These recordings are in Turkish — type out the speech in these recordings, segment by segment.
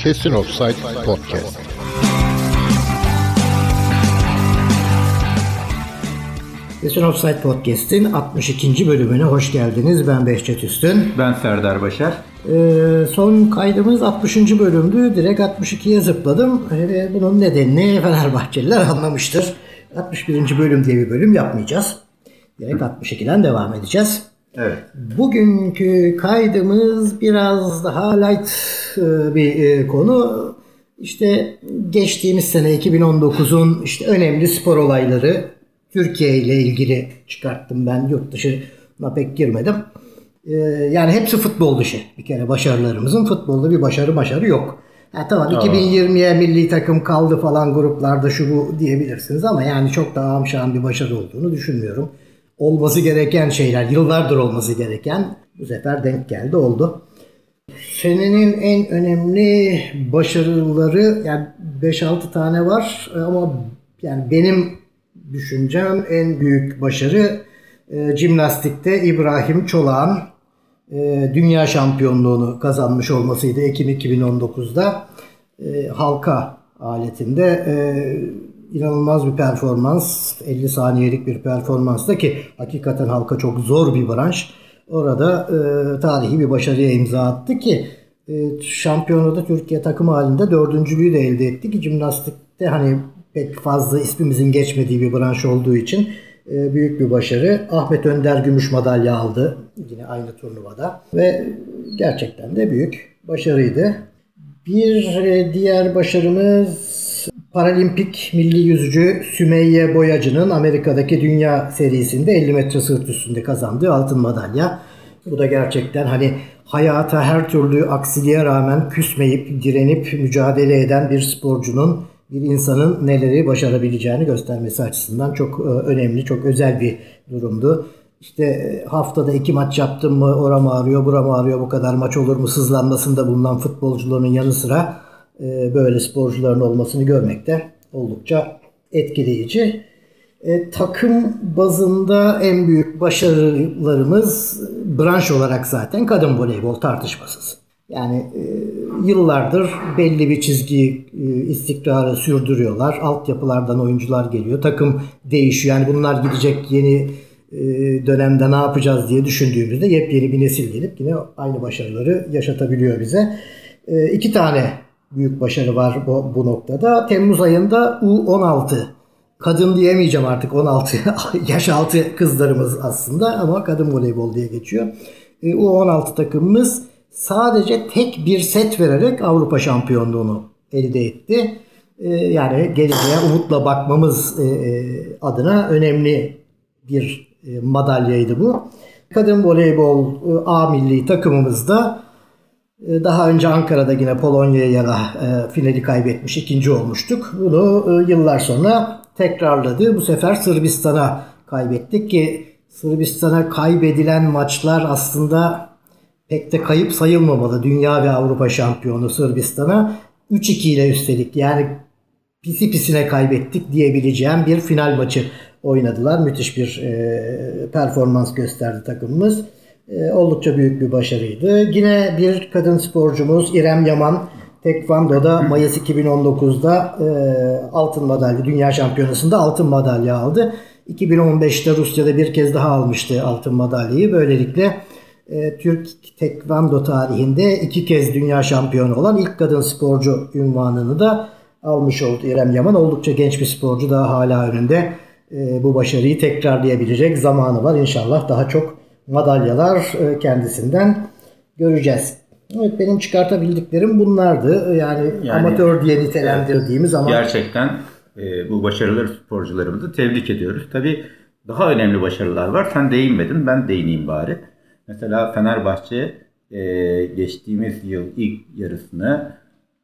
Kesin Offside Podcast. Kesin Offside Podcast'in 62. bölümüne hoş geldiniz. Ben Behçet Üstün. Ben Serdar Başar. Son kaydımız 60. bölümdü. Direkt 62'ye zıpladım. Bunun nedenini Fenerbahçeliler anlamıştır. 61. bölüm diye bir bölüm yapmayacağız. Direkt 62'den devam edeceğiz. Evet. Bugünkü kaydımız biraz daha light bir konu. İşte geçtiğimiz sene 2019'un işte önemli spor olayları Türkiye ile ilgili çıkarttım ben. Yurt dışına pek girmedim. Yani hepsi futbol dışı. Bir kere başarılarımızın futbolda bir başarı yok. Tamam 2020'ye milli takım kaldı falan gruplarda şu bu diyebilirsiniz ama yani çok daha amşan bir başarı olduğunu düşünmüyorum. Olması gereken şeyler, yıllardır olması gereken bu sefer denk geldi, oldu. Senenin en önemli başarıları yani 5-6 tane var ama yani benim düşüncem en büyük başarı jimnastikte İbrahim Çolak'ın dünya şampiyonluğunu kazanmış olmasıydı Ekim 2019'da. Halka aletinde inanılmaz bir performans, 50 saniyelik bir performansta ki hakikaten halka çok zor bir branş. Orada tarihi bir başarıya imza attı ki şampiyonada Türkiye takımı halinde dördüncülüğü de elde etti ki jimnastikte hani pek fazla ismimizin geçmediği bir branş olduğu için büyük bir başarı. Ahmet Önder gümüş madalya aldı yine aynı turnuvada ve gerçekten de büyük başarıydı. Bir diğer başarımız Paralimpik milli yüzücü Sümeyye Boyacı'nın Amerika'daki dünya serisinde 50 metre sırt üstünde kazandığı altın madalya. Bu da gerçekten hani hayata her türlü aksiliğe rağmen küsmeyip, direnip, mücadele eden bir sporcunun, bir insanın neleri başarabileceğini göstermesi açısından çok önemli, çok özel bir durumdu. İşte haftada 2 maç yaptım mı oram ağrıyor, buram ağrıyor, bu kadar maç olur mu sızlanmasında bulunan futbolcuların yanı sıra böyle sporcuların olmasını görmek de oldukça etkileyici. Takım bazında en büyük başarılarımız branş olarak zaten kadın voleybol tartışmasız. Yani yıllardır belli bir çizgi istikrarı sürdürüyorlar. Altyapılardan oyuncular geliyor. Takım değişiyor. Yani bunlar gidecek yeni dönemde ne yapacağız diye düşündüğümüzde yepyeni bir nesil gelip yine aynı başarıları yaşatabiliyor bize. 2 tane büyük başarı var bu noktada. Temmuz ayında U16 kadın diyemeyeceğim artık 16 yaş altı kızlarımız aslında ama kadın voleybol diye geçiyor. U16 takımımız sadece tek bir set vererek Avrupa şampiyonluğunu elde etti. Yani geleceğe umutla bakmamız adına önemli bir madalyaydı bu. Kadın voleybol A milli takımımızda daha önce Ankara'da yine Polonya'ya finali kaybetmiş, ikinci olmuştuk. Bunu yıllar sonra tekrarladı. Bu sefer Sırbistan'a kaybettik ki Sırbistan'a kaybedilen maçlar aslında pek de kayıp sayılmamalı. Dünya ve Avrupa şampiyonu Sırbistan'a 3-2 ile üstelik yani pisi pisine kaybettik diyebileceğim bir final maçı oynadılar. Müthiş bir performans gösterdi takımımız. Oldukça büyük bir başarıydı. Yine bir kadın sporcumuz İrem Yaman Tekvando'da Mayıs 2019'da altın madalya, dünya şampiyonasında altın madalya aldı. 2015'te Rusya'da bir kez daha almıştı altın madalyayı. Böylelikle Türk Tekvando tarihinde 2 kez dünya şampiyonu olan ilk kadın sporcu unvanını da almış oldu İrem Yaman. Oldukça genç bir sporcu, daha hala önünde bu başarıyı tekrarlayabilecek zamanı var. İnşallah daha çok madalyalar kendisinden göreceğiz. Evet, benim çıkartabildiklerim bunlardı. Yani amatör diye nitelendirdiğimiz ama gerçekten bu başarılı sporcularımızı tebrik ediyoruz. Tabii daha önemli başarılar var. Sen değinmedin, ben değineyim bari. Mesela Fenerbahçe geçtiğimiz yıl ilk yarısını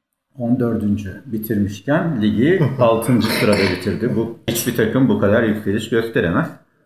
14. bitirmişken ligi 6. sırada bitirdi. Hiçbir takım bu kadar yükseliş gösteremez.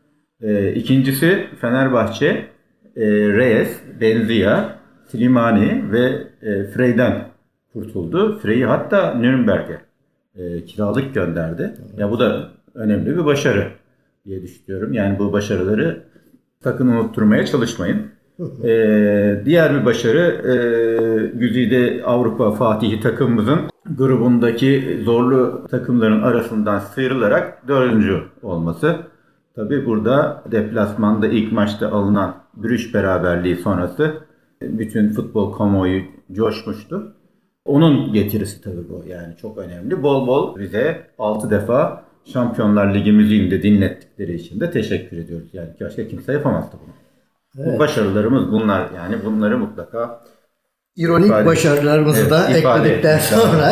İkincisi Fenerbahçe, Reyes, Benzia, Slimani ve Frey'den kurtuldu. Frey'i hatta Nürnberg'e kiralık gönderdi. Ya bu da önemli bir başarı diye düşünüyorum. Yani bu başarıları sakın unutturmaya çalışmayın. Diğer bir başarı Güzide Avrupa Fatihi takımımızın grubundaki zorlu takımların arasından sıyrılarak 4. olması. Tabii burada deplasmanda ilk maçta alınan Brüj beraberliği sonrası bütün futbol kamuoyu coşmuştu. Onun getirisi tabii bu, yani çok önemli. Bol bol bize 6 defa Şampiyonlar Ligi müziğini de dinlettikleri için de teşekkür ediyoruz. Yani başka kimse yapamazdı bunu. Evet. Bu başarılarımız bunlar, yani bunları mutlaka İronik başarılarımızı da ekledikten sonra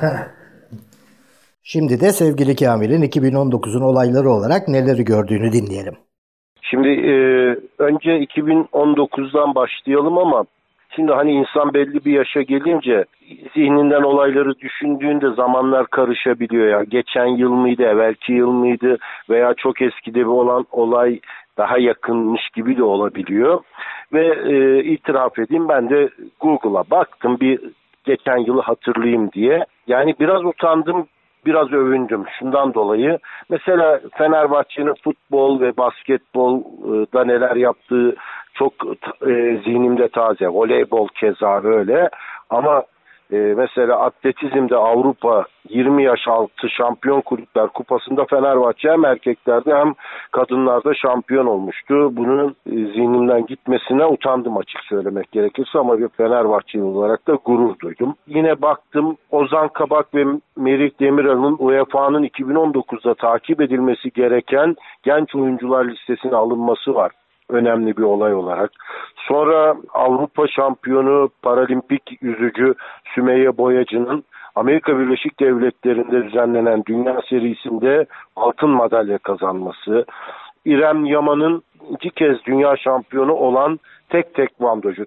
şimdi de sevgili Kamil'in 2019'un olayları olarak neleri gördüğünü dinleyelim. Şimdi önce 2019'dan başlayalım ama şimdi hani insan belli bir yaşa gelince zihninden olayları düşündüğünde zamanlar karışabiliyor ya. Geçen yıl mıydı, evvelki yıl mıydı veya çok eskide bir olan olay daha yakınmış gibi de olabiliyor. Ve itiraf edeyim, ben de Google'a baktım bir geçen yılı hatırlayayım diye. Yani biraz utandım, biraz övündüm. Şundan dolayı mesela Fenerbahçe'nin futbol ve basketbolda neler yaptığı çok zihnimde taze. Voleybol keza öyle. Ama mesela atletizmde Avrupa 20 yaş altı Şampiyon Kulüpler Kupası'nda Fenerbahçe hem erkeklerde hem kadınlarda şampiyon olmuştu. Bunun zihnimden gitmesine utandım açık söylemek gerekirse ama bir Fenerbahçeli olarak da gurur duydum. Yine baktım Ozan Kabak ve Merih Demirel'in UEFA'nın 2019'da takip edilmesi gereken genç oyuncular listesine alınması var. Önemli bir olay olarak. Sonra Avrupa şampiyonu paralimpik yüzücü Sümeyye Boyacı'nın Amerika Birleşik Devletleri'nde düzenlenen Dünya Serisi'nde altın madalya kazanması. İrem Yaman'ın 2 kez dünya şampiyonu olan tek tekvandocu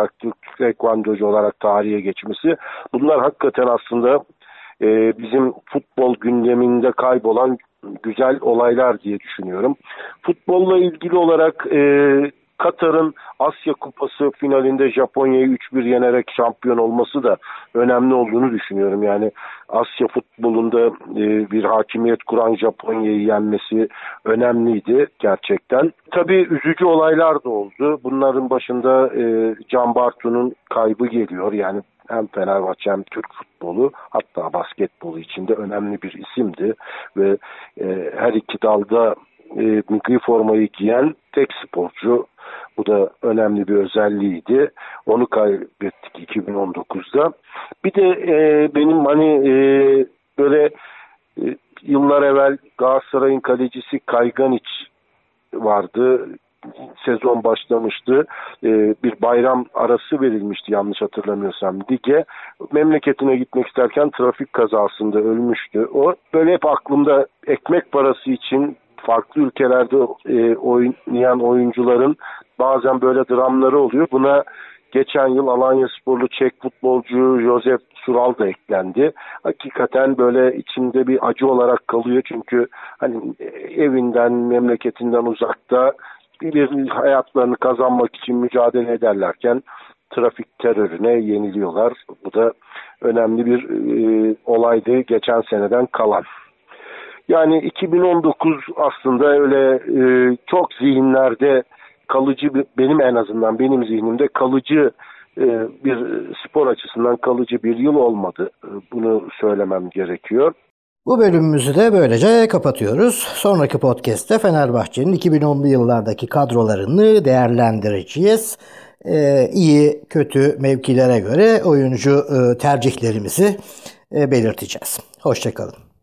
olarak tarihe geçmesi. Bunlar hakikaten aslında bizim futbol gündeminde kaybolan güzel olaylar diye düşünüyorum. Futbolla ilgili olarak Katar'ın Asya Kupası finalinde Japonya'yı 3-1 yenerek şampiyon olması da önemli olduğunu düşünüyorum. Yani Asya futbolunda bir hakimiyet kuran Japonya'yı yenmesi önemliydi gerçekten. Tabii üzücü olaylar da oldu. Bunların başında Can Bartu'nun kaybı geliyor. Yani hem Fenerbahçe hem Türk futbolu, hatta basketbolu içinde önemli bir isimdi ve her iki dalda milli formayı giyen tek sporcu. Bu da önemli bir özelliğiydi. Onu kaybettik 2019'da. Bir de benim böyle yıllar evvel Galatasaray'ın kalecisi Kayganiç vardı. Sezon başlamıştı. Bir bayram arası verilmişti yanlış hatırlamıyorsam lige. Memleketine gitmek isterken trafik kazasında ölmüştü. O böyle hep aklımda, ekmek parası için farklı ülkelerde oynayan oyuncuların bazen böyle dramları oluyor. Buna geçen yıl Alanyasporlu Çek futbolcu Josef Sural da eklendi. Hakikaten böyle içinde bir acı olarak kalıyor çünkü hani evinden, memleketinden uzakta bir hayatlarını kazanmak için mücadele ederlerken trafik terörüne yeniliyorlar. Bu da önemli bir olaydı geçen seneden kalan. Yani 2019 aslında öyle çok zihinlerde kalıcı, benim en azından benim zihnimde kalıcı bir spor açısından kalıcı bir yıl olmadı. Bunu söylemem gerekiyor. Bu bölümümüzü de böylece kapatıyoruz. Sonraki podcast'te Fenerbahçe'nin 2010'lu yıllardaki kadrolarını değerlendireceğiz. İyi, kötü mevkilere göre oyuncu tercihlerimizi belirteceğiz. Hoşça kalın.